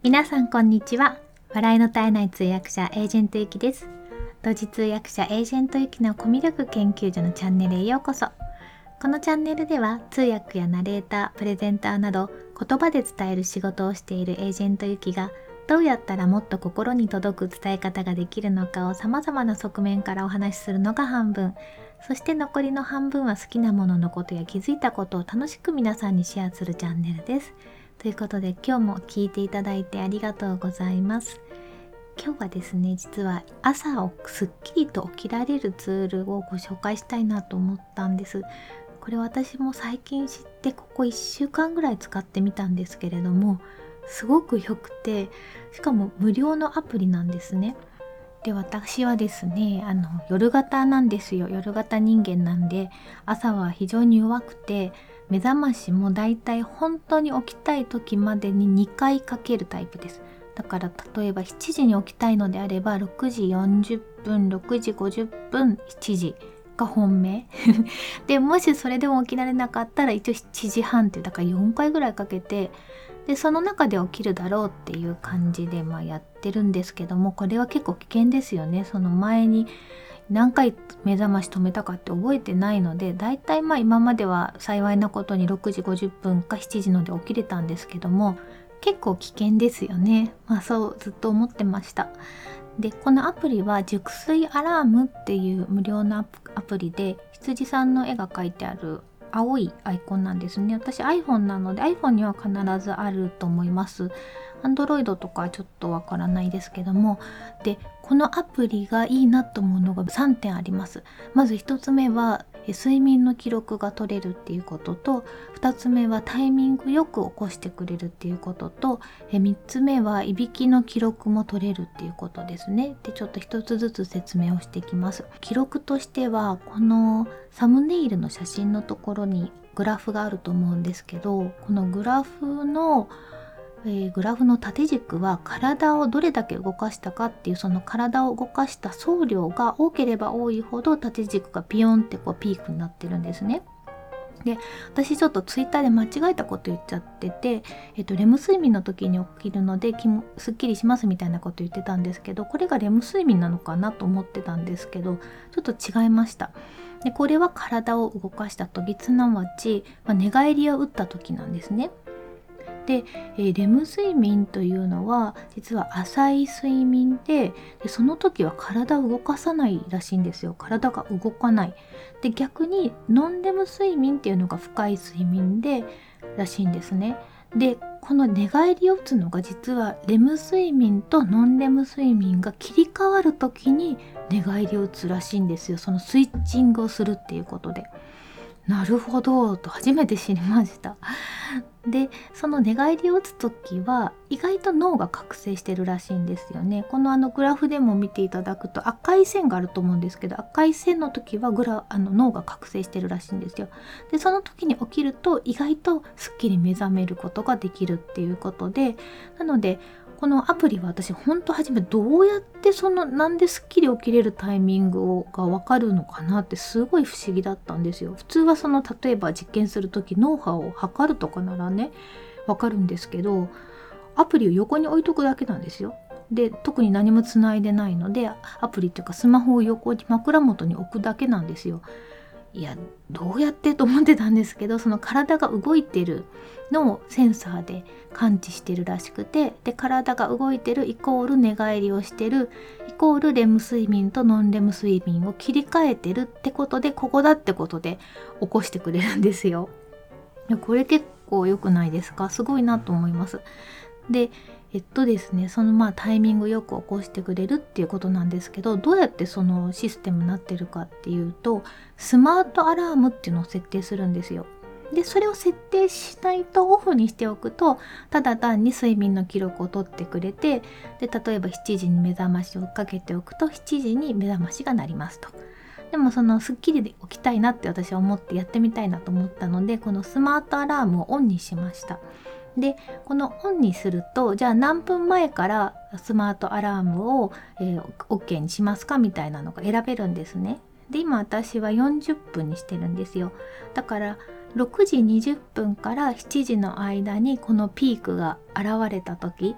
皆さんこんにちは。笑いの絶えない通訳者エージェントゆきです。同時通訳者エージェントゆきのコミュ力研究所のチャンネルへようこそ。このチャンネルでは通訳やナレーター、プレゼンターなど言葉で伝える仕事をしているエージェントゆきがどうやったらもっと心に届く伝え方ができるのかを様々な側面からお話しするのが半分、そして残りの半分は好きなもののことや気づいたことを楽しく皆さんにシェアするチャンネルです。ということで今日も聞いていただいてありがとうございます。今日はですね、実は朝をすっきりと起きられるツールをご紹介したいなと思ったんです。これ私も最近知ってここ1週間ぐらい使ってみたんですけれども、すごく良くて、しかも無料のアプリなんですね。で、私はですね、夜型なんですよ。夜型人間なんで、朝は非常に弱くて、目覚ましもだいたい本当に起きたい時までに2回かけるタイプです。だから例えば7時に起きたいのであれば、6時40分、6時50分、7時が本命。で、もしそれでも起きられなかったら一応7時半っていう、だから4回ぐらいかけて、でその中で起きるだろうっていう感じでやってるんですけども、これは結構危険ですよね。その前に何回目覚まし止めたかって覚えてないので、だいたい今までは幸いなことに6時50分か7時ので起きれたんですけども、結構危険ですよね。そうずっと思ってました。で、このアプリは熟睡アラームっていう無料のアプリで、羊さんの絵が描いてある青いアイコンなんですね。私 iPhone なので iPhone には必ずあると思います。Android とかちょっとわからないですけども、でこのアプリがいいなと思うのが3点あります。まず1つ目は睡眠の記録が取れるっていうことと、2つ目はタイミングよく起こしてくれるっていうことと、3つ目はいびきの記録も取れるっていうことですね。でちょっと1つずつ説明をしていきます。記録としては、このサムネイルの写真のところにグラフがあると思うんですけど、このグラフの縦軸は体をどれだけ動かしたかっていう、その体を動かした総量が多ければ多いほど縦軸がピヨンってピークになってるんですね。で、私ちょっとツイッターで間違えたこと言っちゃってて、レム睡眠の時に起きるのですっきりしますみたいなこと言ってたんですけど、これがレム睡眠なのかなと思ってたんですけど、ちょっと違いました。で、これは体を動かした時、すなわち、寝返りを打った時なんですね。で、レム睡眠というのは実は浅い睡眠で、その時は体を動かさないらしいんですよ。体が動かない。で、逆にノンレム睡眠っていうのが深い睡眠でらしいんですね。で、この寝返りを打つのが実はレム睡眠とノンレム睡眠が切り替わる時に寝返りを打つらしいんですよ。そのスイッチングをするっていうことで。なるほどと初めて知りました。で、その寝返りを打つ時は意外と脳が覚醒してるらしいんですよね。このグラフでも見ていただくと赤い線があると思うんですけど、赤い線の時は脳が覚醒してるらしいんですよ。で、その時に起きると意外とすっきり目覚めることができるっていうことで、なのでこのアプリは私本当初めどうやってなんですっきり起きれるタイミングが分かるのかなってすごい不思議だったんですよ。普通は例えば実験する時脳波を測るとかならね分かるんですけど、アプリを横に置いとくだけなんですよ。で、特に何もつないでないので、アプリっていうかスマホを横に枕元に置くだけなんですよ。いや、どうやってと思ってたんですけど、その体が動いてるのをセンサーで感知してるらしくて、で、体が動いてるイコール寝返りをしてるイコールレム睡眠とノンレム睡眠を切り替えてるってことで、ここだってことで起こしてくれるんですよ。いや、これ結構良くないですか？すごいなと思います。でですね、タイミングよく起こしてくれるっていうことなんですけど、どうやってそのシステムになってるかっていうと、スマートアラームっていうのを設定するんですよ。で、それを設定しないとオフにしておくと、ただ単に睡眠の記録を取ってくれて、で、例えば7時に目覚ましをかけておくと、7時に目覚ましが鳴りますと。でもスッキリで起きたいなって私は思ってやってみたいなと思ったので、このスマートアラームをオンにしました。で、このオンにすると、じゃあ何分前からスマートアラームを、OK にしますかみたいなのが選べるんですね。で、今私は40分にしてるんですよ。だから6時20分から7時の間にこのピークが現れた時、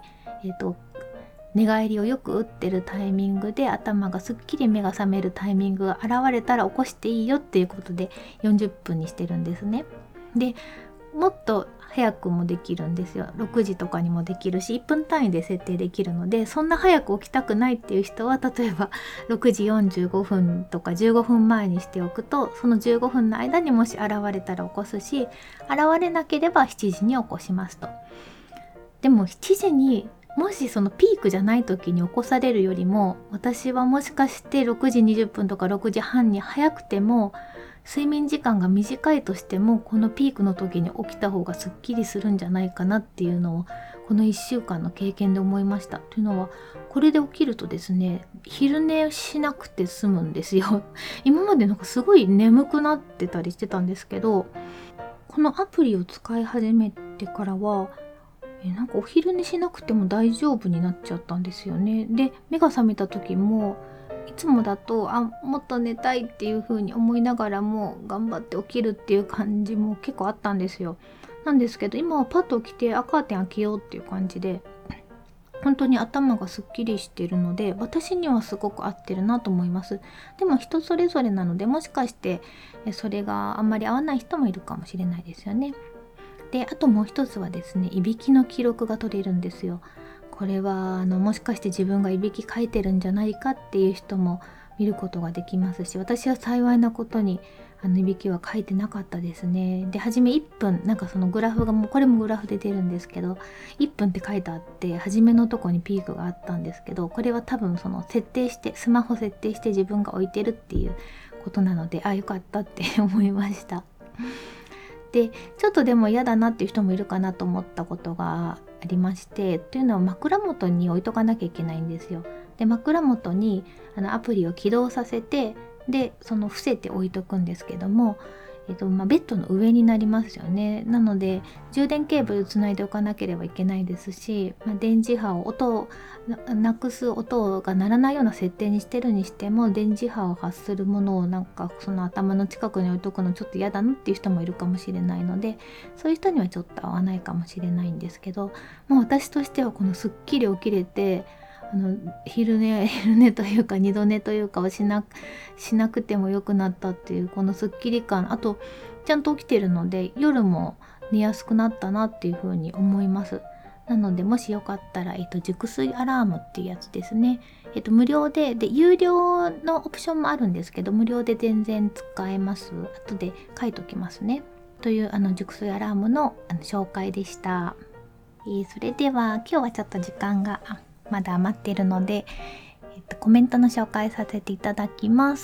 寝返りをよく打ってるタイミングで頭がすっきり目が覚めるタイミングが現れたら起こしていいよっていうことで40分にしてるんですね。でもっと早くもできるんですよ。6時とかにもできるし、1分単位で設定できるので、そんな早く起きたくないっていう人は、例えば6時45分とか15分前にしておくと、その15分の間にもし現れたら起こすし、現れなければ7時に起こしますと。でも7時にもしそのピークじゃない時に起こされるよりも、私はもしかして6時20分とか6時半に早くても睡眠時間が短いとしても、このピークの時に起きた方がすっきりするんじゃないかなっていうのをこの1週間の経験で思いました。というのは、これで起きるとですね、昼寝しなくて済むんですよ。今までなんかすごい眠くなってたりしてたんですけど、このアプリを使い始めてからはなんかお昼寝しなくても大丈夫になっちゃったんですよね。で、目が覚めた時もいつもだともっと寝たいっていう風に思いながらも頑張って起きるっていう感じも結構あったんですよ。なんですけど、今はパッと起きてカーテン開けようっていう感じで、本当に頭がすっきりしてるので、私にはすごく合ってるなと思います。でも人それぞれなので、もしかしてそれがあんまり合わない人もいるかもしれないですよね。で、あともう一つはですね、いびきの記録が取れるんですよ。これはもしかして自分がいびきかいてるんじゃないかっていう人も見ることができますし、私は幸いなことにいびきはかいてなかったですね。で、初め1分、なんかそのグラフがこれもグラフで出るんですけど、1分って書いてあって、初めのとこにピークがあったんですけど、これは多分そのスマホ設定して自分が置いてるっていうことなので、よかったって思いました。で、ちょっとでも嫌だなっていう人もいるかなと思ったことがありまして、というのは枕元に置いとかなきゃいけないんですよ。で、枕元にアプリを起動させて、でその伏せて置いとくんですけども、ベッドの上になりますよね。なので充電ケーブルつないでおかなければいけないですし、電磁波をなくす音が鳴らないような設定にしてるにしても、電磁波を発するものをなんかその頭の近くに置いとくのちょっと嫌だなっていう人もいるかもしれないので、そういう人にはちょっと合わないかもしれないんですけど、もう私としてはこのすっきり起きれて、昼寝というか二度寝というかをしなくてもよくなったっていうこのすっきり感、あとちゃんと起きてるので夜も寝やすくなったなっていうふうに思います。なのでもしよかったら、熟睡アラームっていうやつですね。無料で有料のオプションもあるんですけど、無料で全然使えます。後で書いときますね。という熟睡アラームの紹介でした。それでは今日はちょっと時間がまだ余っているので、コメントの紹介させていただきます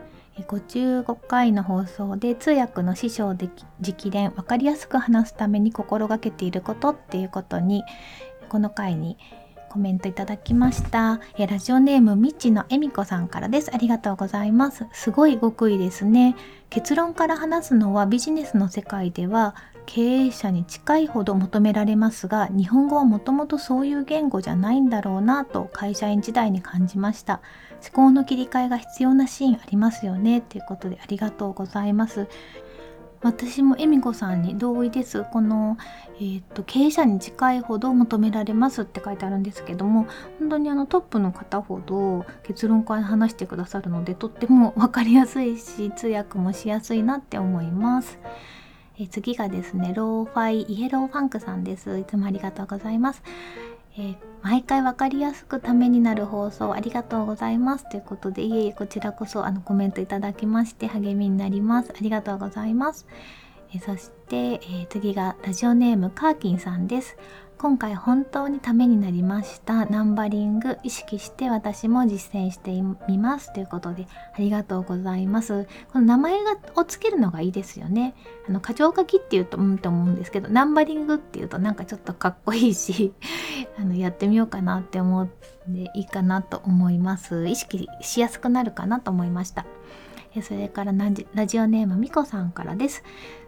。55回の放送で通訳の師匠で直伝、分かりやすく話すために心がけていることっていうことに、この回にコメントいただきました。ラジオネームみちのえみこさんからです。ありがとうございます。すごい極意ですね。結論から話すのはビジネスの世界では経営者に近いほど求められますが、日本語はもともとそういう言語じゃないんだろうなと会社員時代に感じました。思考の切り替えが必要なシーンありますよねということで、ありがとうございます。私もえみこさんに同意です。この、経営者に近いほど求められますって書いてあるんですけども、本当にトップの方ほど結論から話してくださるので、とっても分かりやすいし通訳もしやすいなって思います。次がですね、ローファイイエローファンクさんです。いつもありがとうございます。毎回分かりやすくためになる放送ありがとうございますということで、こちらこそコメントいただきまして励みになります。ありがとうございます。そして、次がラジオネームカーキンさんです。今回本当にためになりました。ナンバリング意識して私も実践してみますということで、ありがとうございます。この名前をつけるのがいいですよね。箇条書きっていうとと思うんですけど、ナンバリングっていうとなんかちょっとかっこいいしやってみようかなって思っていいかなと思います。意識しやすくなるかなと思いました。それからラジオネームみこさんからです。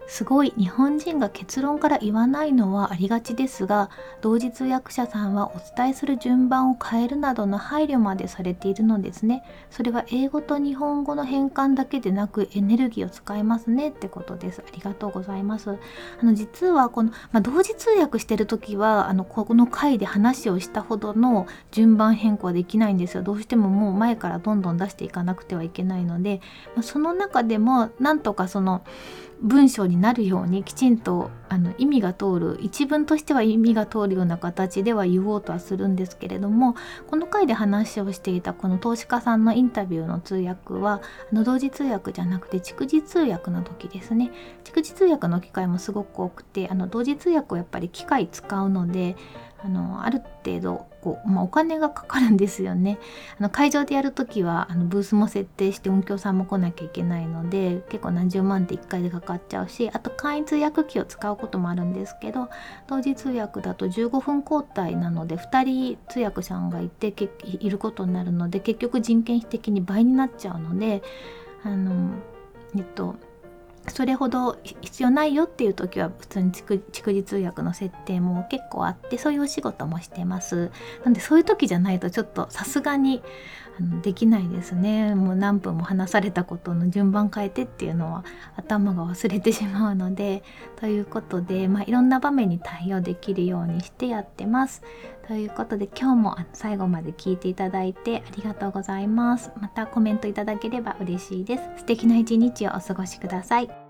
すごい日本人が結論から言わないのはありがちですが、同時通訳者さんはお伝えする順番を変えるなどの配慮までされているのですね。それは英語と日本語の変換だけでなくエネルギーを使いますねってことです。ありがとうございます。実はこの、同時通訳してる時はこの回で話をしたほどの順番変更はできないんですよ。どうしてももう前からどんどん出していかなくてはいけないので、その中でもなんとかその文章になるようにきちんと意味が通る、一文としては意味が通るような形では言おうとはするんですけれども、この回で話をしていたこの投資家さんのインタビューの通訳は同時通訳じゃなくて逐次通訳の時ですね。逐次通訳の機会もすごく多くて、同時通訳をやっぱり機械使うのである程度お金がかかるんですよね。会場でやるときはブースも設定して音響さんも来なきゃいけないので、結構何十万って1回でかかっちゃうし、あと簡易通訳機を使うこともあるんですけど、同時通訳だと15分交代なので2人通訳者がいることになるので、結局人件費的に倍になっちゃうので、それほど必要ないよっていう時は普通に逐次通訳の設定も結構あって、そういうお仕事もしてます。なんでそういう時じゃないとちょっとさすがにできないですね。もう何分も話されたことの順番変えてっていうのは頭が忘れてしまうので、ということで、いろんな場面に対応できるようにしてやってます。ということで今日も最後まで聞いていただいてありがとうございます。またコメントいただければ嬉しいです。素敵な一日をお過ごしください。